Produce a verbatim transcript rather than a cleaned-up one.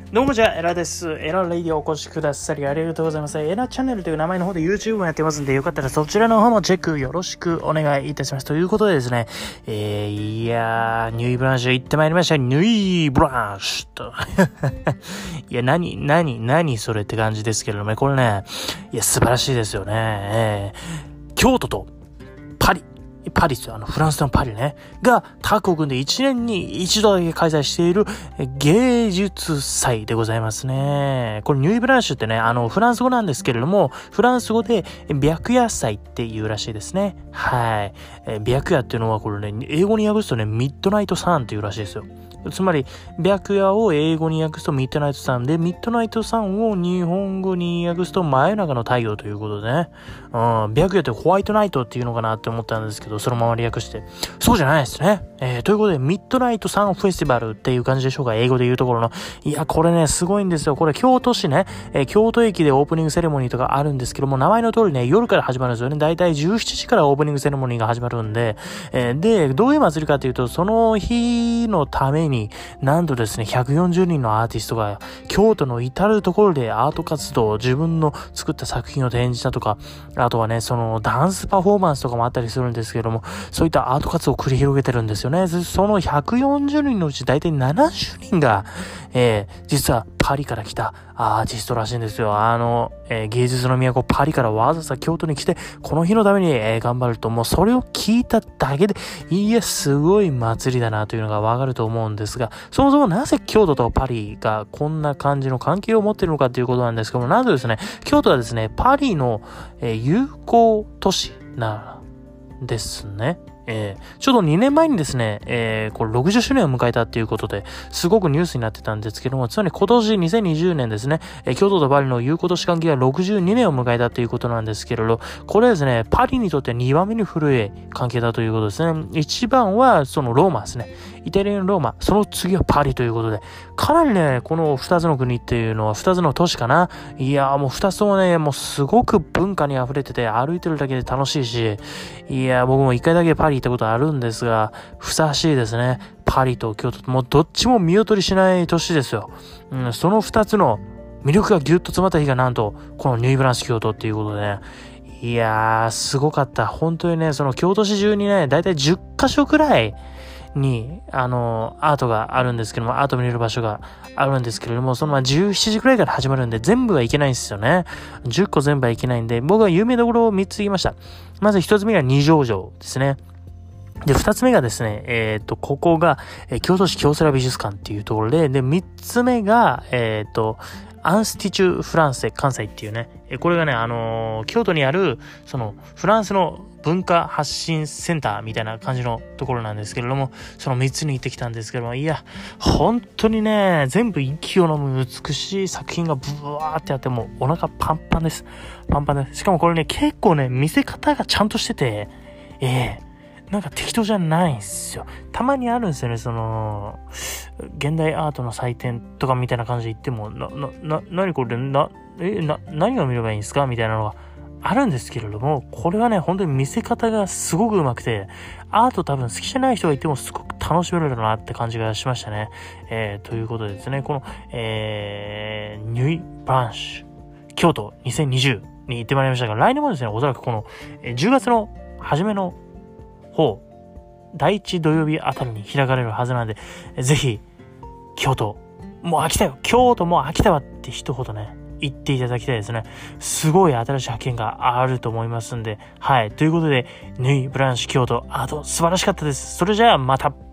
どうもじゃあ、エラです。エラレイディオお越しくださりありがとうございます。エラチャンネルという名前の方で YouTube もやってますんで、よかったらそちらの方もチェックよろしくお願いいたします。ということでですね、えー、いやー、ニュイブランシュ行ってまいりました。ニュイブランシュと。いや、何、何、何それって感じですけれどもね、これね、いや、素晴らしいですよね。えー、京都とパリ。パリですよ。あの、フランスのパリね。が、タッグを組んでいちねんに一度だけ開催している芸術祭でございますね。これ、ニュイブランシュってね、あの、フランス語なんですけれども、フランス語で、白夜祭っていうらしいですね。はい。え白夜っていうのは、これね、英語に訳すとね、ミッドナイトサンっていうらしいですよ。つまり、白夜を英語に訳すとミッドナイトサンで、ミッドナイトサンを日本語に訳すと真夜中の太陽ということでね。うん、白夜ってホワイトナイトっていうのかなって思ったんですけど、そのまま略して。そうじゃないですね。えー、ということで、ミッドナイトサンフェスティバルっていう感じでしょうか。英語で言うところの。いや、これね、すごいんですよ。これ、京都市ね、えー、京都駅でオープニングセレモニーとかあるんですけども、名前の通りね、夜から始まるんですよね。だいたいじゅうしちじからオープニングセレモニーが始まるんで、えー、で、どういう祭りかというと、その日のために、なんとですね、ひゃくよんじゅうにんのアーティストが、京都の至るところでアート活動、自分の作った作品を展示したとか、あとはね、そのダンスパフォーマンスとかもあったりするんですけども、そういったアート活動を繰り広げてるんですよね。そのひゃくよんじゅうにんのうちだいたいななじゅうにんが、えー、実はパリから来たアーティストらしいんですよ。あの、えー、芸術の都パリからわざわざ京都に来て、この日のために、えー、頑張ると、もうそれを聞いただけで、いや、すごい祭りだなというのがわかると思うんですが、そもそもなぜ京都とパリがこんな感じの関係を持っているのかということなんですけども、なんとですね、京都はですね、パリの、えー、友好都市なんですね。えー、ちょうどにねんまえにですね、えー、これろくじゅっしゅうねんを迎えたっていうことで、すごくニュースになってたんですけども、つまり今年にせんにじゅうねんですね、えー、京都とパリの友好都市関係がろくじゅうにねんを迎えたっていうことなんですけれど、これはですね、パリにとってにばんめに古い関係だということですね。いちばんはそのローマですね。イタリアのローマ、その次はパリということで、かなりね、このふたつの国っていうのはふたつの都市かな。いやーもうふたつともね、もうすごく文化に溢れてて、歩いてるだけで楽しいし、いやー僕もいっかいだけパリ行ったことあるんですが、ふさわしいですね。パリと京都、もうどっちも見劣りしない都市ですよ。うん、そのふたつの魅力がギュッと詰まった日がなんと、このニュイブランシュ京都っていうことでね、いやー、すごかった。本当にね、その京都市中にね、だいたいじゅっかしょくらいに、あの、アートがあるんですけども、アート見れる場所があるんですけれども、そのまあじゅうしちじくらいから始まるんで、全部はいけないんですよね。じゅっこ全部はいけないんで、僕は有名どころをみっつ言いました。まずひとつめが二条城ですね。で、二つ目がですね、えっと、ここが、えー、京都市京セラ美術館っていうところで、で、三つ目が、えっと、アンスティチュ・フランセ関西っていうね、えこれがね、あのー、京都にある、その、フランスの文化発信センターみたいな感じのところなんですけれども、そのみっつに行ってきたんですけども、いや、本当にね、全部息を飲む美しい作品がブワーってあって、もうお腹パンパンです。パンパンです。しかもこれね、結構ね、見せ方がちゃんとしてて、ええーなんか適当じゃないんですよ。たまにあるんですよね、その、現代アートの祭典とかみたいな感じで言っても、な、な、な、何これ、な、え、な、何を見ればいいんですかみたいなのがあるんですけれども、これはね、本当に見せ方がすごく上手くて、アート多分好きじゃない人がいてもすごく楽しめるなって感じがしましたね。えー、ということでですね、この、えー、ニュイブランシュ、京都にせんにじゅうに行ってまいりましたが、来年もですね、おそらくこの、じゅうがつの初めの方、だいいち土曜日あたりに開かれるはずなんで、ぜひ、京都、もう飽きたよ、京都もう飽きたわって人ほどね、行っていただきたいですね。すごい新しい発見があると思いますんで、はい。ということで、ニュイブランシュ京都、アート素晴らしかったです。それじゃあまた。